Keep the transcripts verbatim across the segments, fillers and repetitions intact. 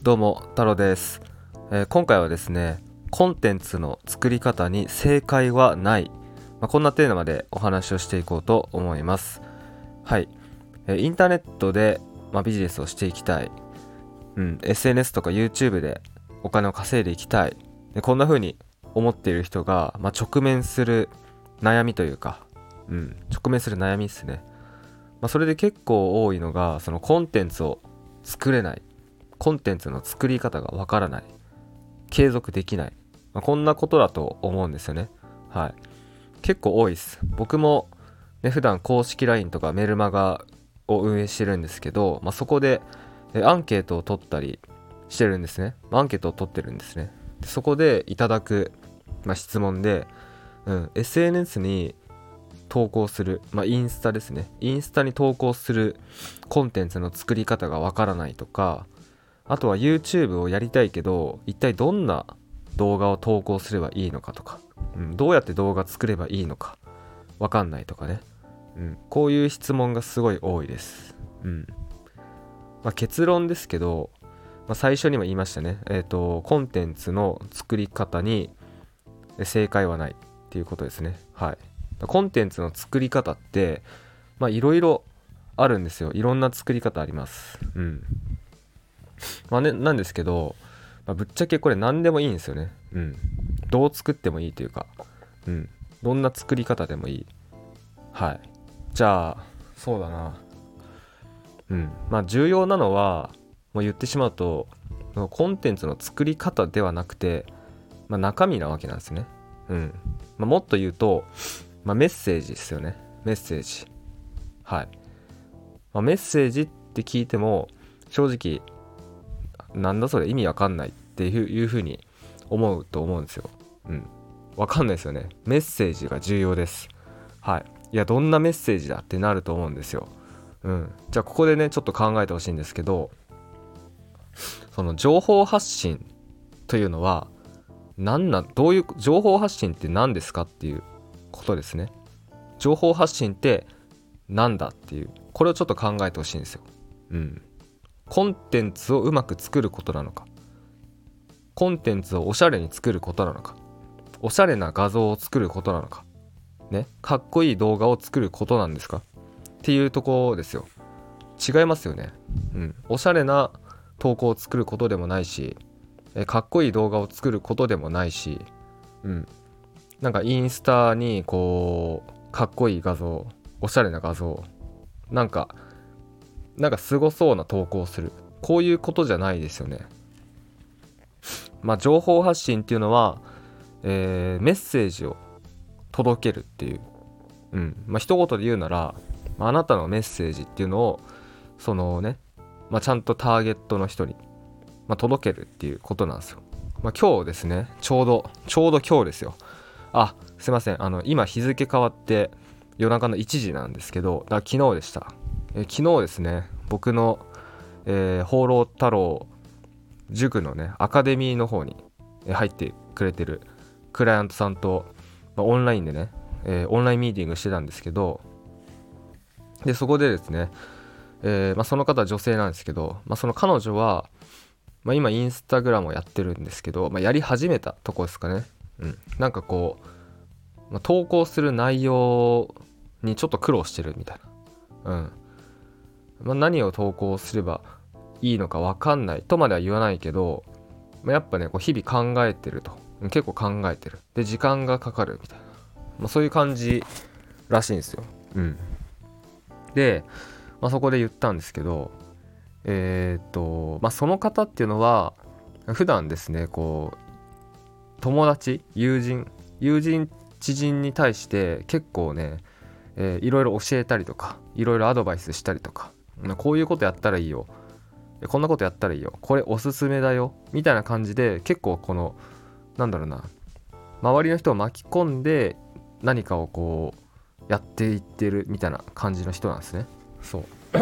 どうも太郎です、えー今回はですねコンテンツの作り方に正解はない、まあ、こんなテーマでお話をしていこうと思います。はい、えーインターネットで、まあ、ビジネスをしていきたい、うん、エスエヌエス とか YouTube でお金を稼いでいきたい、でこんな風に思っている人が、まあ、直面する悩みというか、うん、直面する悩みですね。まあ、それで結構多いのがそのコンテンツを作れない、コンテンツの作り方がわからない、継続できない、まあ、こんなことだと思うんですよね。はい、結構多いです。僕も、ね、普段公式 ライン とかメルマガを運営してるんですけど、まあ、そこでえアンケートを取ったりしてるんですね。アンケートを取ってるんですね。でそこでいただく、まあ、質問で、うん、エスエヌエス に投稿する、まあ、インスタですね。インスタに投稿するコンテンツの作り方がわからないとか、あとは YouTube をやりたいけど、一体どんな動画を投稿すればいいのかとか、うん、どうやって動画作ればいいのかわかんないとかね、うん、こういう質問がすごい多いです。うんまあ、結論ですけど、まあ、最初にも言いましたね。えっと、コンテンツの作り方に正解はないっていうことですね。はい。コンテンツの作り方ってまあいろいろあるんですよ。いろんな作り方あります。うんまあね、なんですけど、まあ、ぶっちゃけこれ何でもいいんですよね。うんどう作ってもいいというか、うんどんな作り方でもいい。はい。じゃあそうだな、うんまあ重要なのはもう言ってしまうと、コンテンツの作り方ではなくて、まあ、中身なわけなんですね。うんまあ、もっと言うと、まあ、メッセージですよね。メッセージ。はい。まあ、メッセージって聞いても正直なんだそれ意味わかんないっていういう風に思うと思うんですよ。うん。わかんないですよね。メッセージが重要です。はい。いやどんなメッセージだってなると思うんですよ。うん。じゃあここでねちょっと考えてほしいんですけど、その情報発信というのは何なんどういう情報発信って何ですかっていうことですね。情報発信ってなんだっていう、これをちょっと考えてほしいんですよ。うんコンテンツをうまく作ることなのか、コンテンツをおしゃれに作ることなのか、おしゃれな画像を作ることなのかね、かっこいい動画を作ることなんですかっていうところですよ。違いますよね。うんおしゃれな投稿を作ることでもないし、えかっこいい動画を作ることでもないし、うんなんかインスタにこうかっこいい画像、おしゃれな画像、なんかなんかすごそうな投稿をする、こういうことじゃないですよね。まあ情報発信っていうのは、えーメッセージを届けるっていう、うんまあ一言で言うなら、あなたのメッセージっていうのをそのね、まあ、ちゃんとターゲットの人に、まあ、届けるっていうことなんですよ。まあ、今日ですね、ちょうどちょうど今日ですよ。あ、すいません、あの今日付変わって夜中のいちじなんですけど、だ昨日でした。え昨日ですね、僕の、えー、放浪太郎塾のねアカデミーの方に入ってくれてるクライアントさんと、まあ、オンラインでね、えーオンラインミーティングしてたんですけど、でそこでですね、えーまあ、その方は女性なんですけど、まあ、その彼女は、まあ、今インスタグラムをやってるんですけど、まあ、やり始めたとこですかね。うん、なんかこう、まあ、投稿する内容にちょっと苦労してるみたいな、うんまあ、何を投稿すればいいのか分かんないとまでは言わないけど、まあ、やっぱねこう日々考えてると、結構考えてる、で時間がかかるみたいな、まあ、そういう感じらしいんですよ。うんで、まあ、そこで言ったんですけど、えーっとまあその方っていうのは普段ですねこう友達友人友人知人に対して結構ね、えーいろいろ教えたりとかいろいろアドバイスしたりとか、こういうことやったらいいよ、こんなことやったらいいよ、これおすすめだよみたいな感じで、結構このなんだろうな、周りの人を巻き込んで何かをこうやっていってるみたいな感じの人なんですね。そう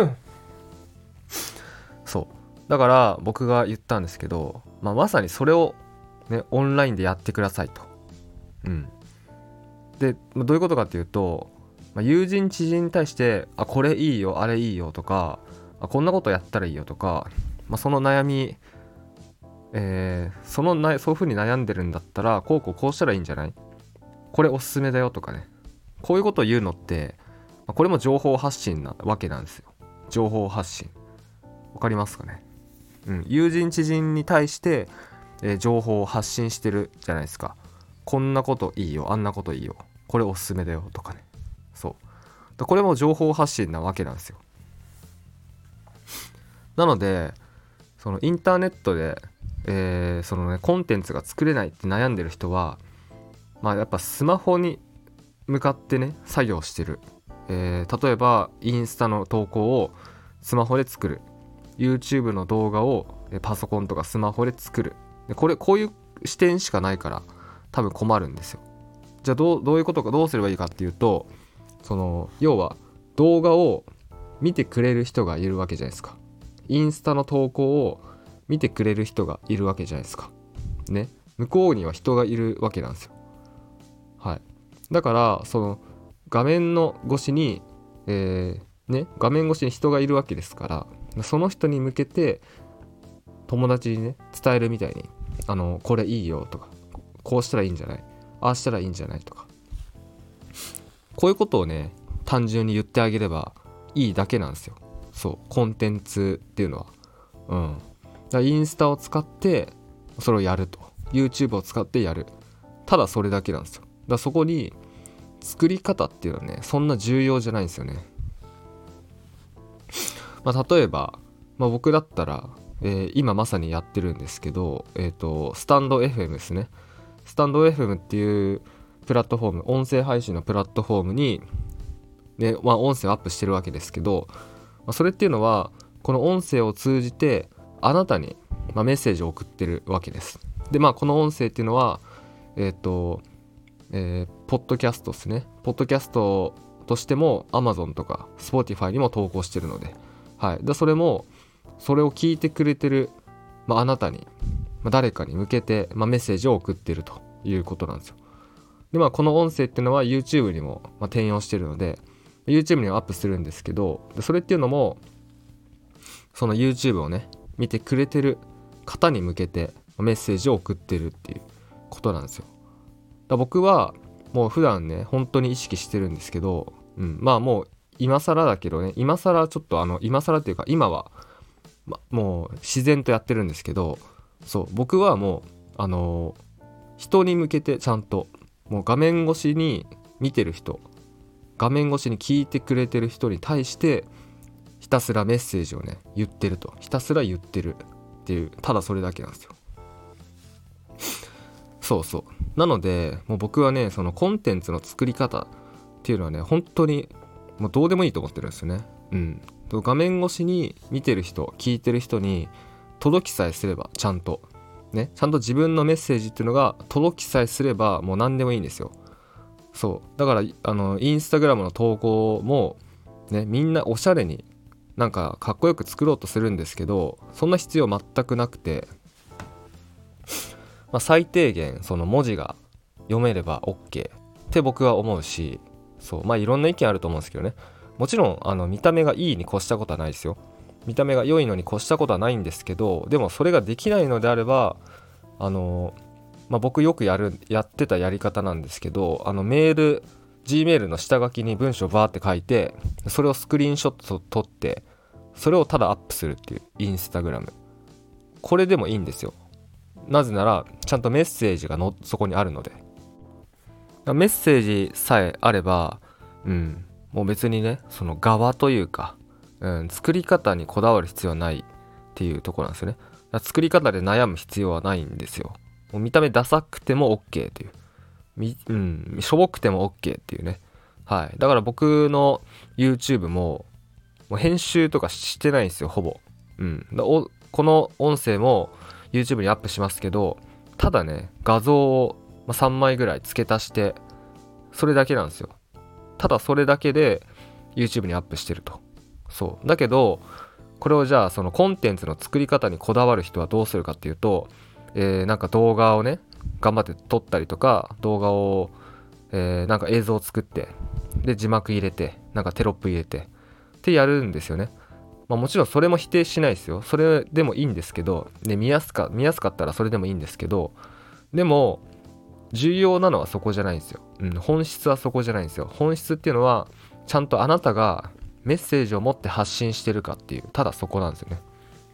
そうだから僕が言ったんですけど、まあ、まさにそれを、ね、オンラインでやってくださいと。うんでどういうことかっていうと、まあ、友人知人に対してあこれいいよあれいいよとか、あこんなことやったらいいよとか、まあ、その悩みえー、そのなそういう風に悩んでるんだったらこうこうこうしたらいいんじゃない、これおすすめだよとかね、こういうことを言うのってこれも情報発信なわけなんですよ。情報発信わかりますかね。うん、友人知人に対して、えー、情報を発信してるじゃないですか。こんなこといいよ、あんなこといいよ、これおすすめだよとかね。そうこれも情報発信なわけなんですよ。なのでそのインターネットで、えーそのね、コンテンツが作れないって悩んでる人は、まあ、やっぱスマホに向かってね作業してる、えー例えばインスタの投稿をスマホで作る、 YouTube の動画をパソコンとかスマホで作る。でこれこういう視点しかないから多分困るんですよ。じゃあどう、どういうことか、どうすればいいかっていうと、その要は動画を見てくれる人がいるわけじゃないですか。インスタの投稿を見てくれる人がいるわけじゃないですかね。向こうには人がいるわけなんですよ。はい。だからその画面の越しに、えー、ね画面越しに人がいるわけですから、その人に向けて友達にね伝えるみたいに、あのこれいいよとか、こうしたらいいんじゃない、ああしたらいいんじゃないとか、こういうことをね単純に言ってあげればいいだけなんですよ。そうコンテンツっていうのは、うん、だからインスタを使ってそれをやると、 YouTube を使ってやる、ただそれだけなんですよ。だからそこに作り方っていうのはねそんな重要じゃないんですよね。まあ、例えば、まあ、僕だったら、えー今まさにやってるんですけど、えーとスタンド エフエム ですね。スタンド エフエム っていうプラットフォーム、音声配信のプラットフォームにで、まあ、音声をアップしてるわけですけど、まあ、それっていうのはこの音声を通じてあなたに、まあ、メッセージを送ってるわけです。でまあこの音声っていうのはえっ、とえー、ポッドキャストですね。ポッドキャストとしても Amazon とか Spotify にも投稿してるので、はい。でそれもそれを聞いてくれてる、まあ、あなたに、まあ、誰かに向けて、まあ、メッセージを送ってるということなんですよ。でまあこの音声っていうのは YouTube にも、まあ、転用してるので YouTube にはアップするんですけど、でそれっていうのもその YouTube をね見てくれてる方に向けてメッセージを送ってるっていうことなんですよ。だ僕はもう普段ね本当に意識してるんですけど、うん、まあもう今更だけどね、今更ちょっとあの今更っていうか今は、ま、もう自然とやってるんですけど、そう僕はもうあのー人に向けてちゃんともう画面越しに見てる人、画面越しに聞いてくれてる人に対してひたすらメッセージをね言ってると、ひたすら言ってるっていう、ただそれだけなんですよ。そうそう。なのでもう僕はねそのコンテンツの作り方っていうのはね本当にもうどうでもいいと思ってるんですよね。うん。画面越しに見てる人、聞いてる人に届きさえすれば、ちゃんとね、ちゃんと自分のメッセージっていうのが届きさえすればもう何でもいいんですよ。そうだからあのインスタグラムの投稿もねみんなおしゃれになんかかっこよく作ろうとするんですけど、そんな必要全くなくて、まあ、最低限その文字が読めれば OK って僕は思うし、そうまあいろんな意見あると思うんですけどね。もちろんあの見た目がいいに越したことはないですよ。見た目が良いのに越したことはないんですけど、でもそれができないのであればあの、まあ、僕よくやるやってたやり方なんですけど、あのメール Gmail の下書きに文章をバーって書いて、それをスクリーンショット撮ってそれをただアップするっていうインスタグラム、これでもいいんですよ。なぜならちゃんとメッセージがのそこにあるので、メッセージさえあれば、うん、もう別にねその側というか、うん、作り方にこだわる必要はないっていうところなんですよね。だから作り方で悩む必要はないんですよ。もう見た目ダサくても OK っていう、み、うん、しょぼくても OK っていうね。はい。だから僕の YouTube ももう編集とかしてないんですよ、ほぼ。うん。だおこの音声も YouTube にアップしますけど、ただね画像をさんまいぐらい付け足してそれだけなんですよ。ただそれだけで YouTube にアップしてると。そうだけどこれをじゃあそのコンテンツの作り方にこだわる人はどうするかっていうと、えー、なんか動画をね頑張って撮ったりとか、動画を、えー、なんか映像を作ってで字幕入れてなんかテロップ入れてってやるんですよね。 まあ、もちろんそれも否定しないですよ。それでもいいんですけど、で見やすか見やすかったらそれでもいいんですけど、でも重要なのはそこじゃないんですよ、うん、本質はそこじゃないんですよ。本質っていうのはちゃんとあなたがメッセージを持って発信してるかっていう、ただそこなんですよね。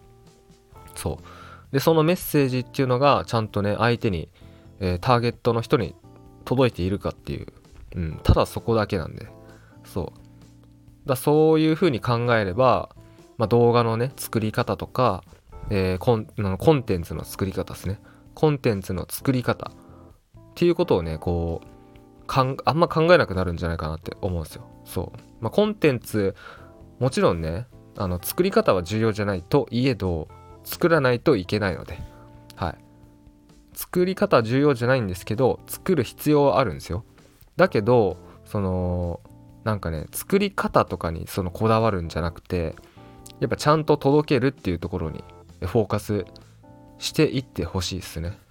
そうで、そのメッセージっていうのがちゃんとね相手に、えー、ターゲットの人に届いているかっていう、うん、ただそこだけなんで、そうだ、そういう風に考えれば、まあ、動画のね作り方とか、えー、コンコンテンツの作り方ですね。コンテンツの作り方っていうことをねこうかんあんま考えなくなるんじゃないかなって思うんですよ。そう、まあ、コンテンツもちろんねあの作り方は重要じゃないといえど、作らないといけないので、はい、作り方は重要じゃないんですけど作る必要はあるんですよ。だけどそのなんかね作り方とかにそのこだわるんじゃなくて、やっぱちゃんと届けるっていうところにフォーカスしていってほしいですね。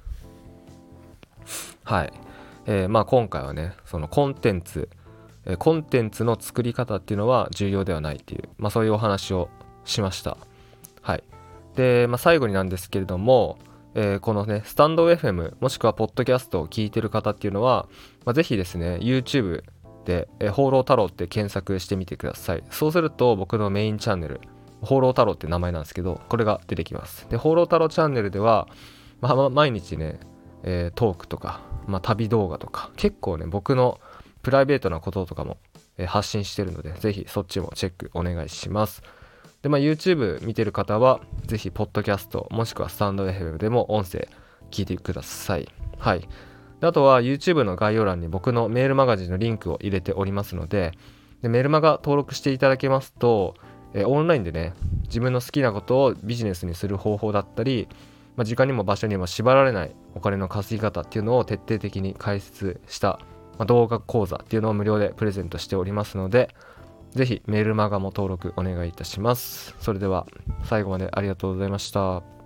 はい、えー、まあ今回はねそのコンテンツえーコンテンツの作り方っていうのは重要ではないっていう、まあそういうお話をしました。はい。で、まあ最後になんですけれども、えーこのねスタンド エフエム もしくはポッドキャストを聞いてる方っていうのは、まあ、ぜひですね YouTube で、えー、放浪太郎って検索してみてください。そうすると僕のメインチャンネル放浪太郎って名前なんですけど、これが出てきます。で放浪太郎チャンネルでは、まあ、毎日ね、えートークとか、まあ、旅動画とか結構ね僕のプライベートなこととかも、えー発信してるので、ぜひそっちもチェックお願いします。で、まあ、YouTube 見てる方はぜひポッドキャストもしくはスタンド エフエム でも音声聞いてください。はい。であとは YouTube の概要欄に僕のメールマガジンのリンクを入れておりますので、でメールマガ登録していただけますと、えーオンラインでね自分の好きなことをビジネスにする方法だったり、まあ、時間にも場所にも縛られないお金の稼ぎ方っていうのを徹底的に解説した、まあ、動画講座っていうのを無料でプレゼントしておりますので、ぜひメールマガも登録お願いいたします。それでは最後までありがとうございました。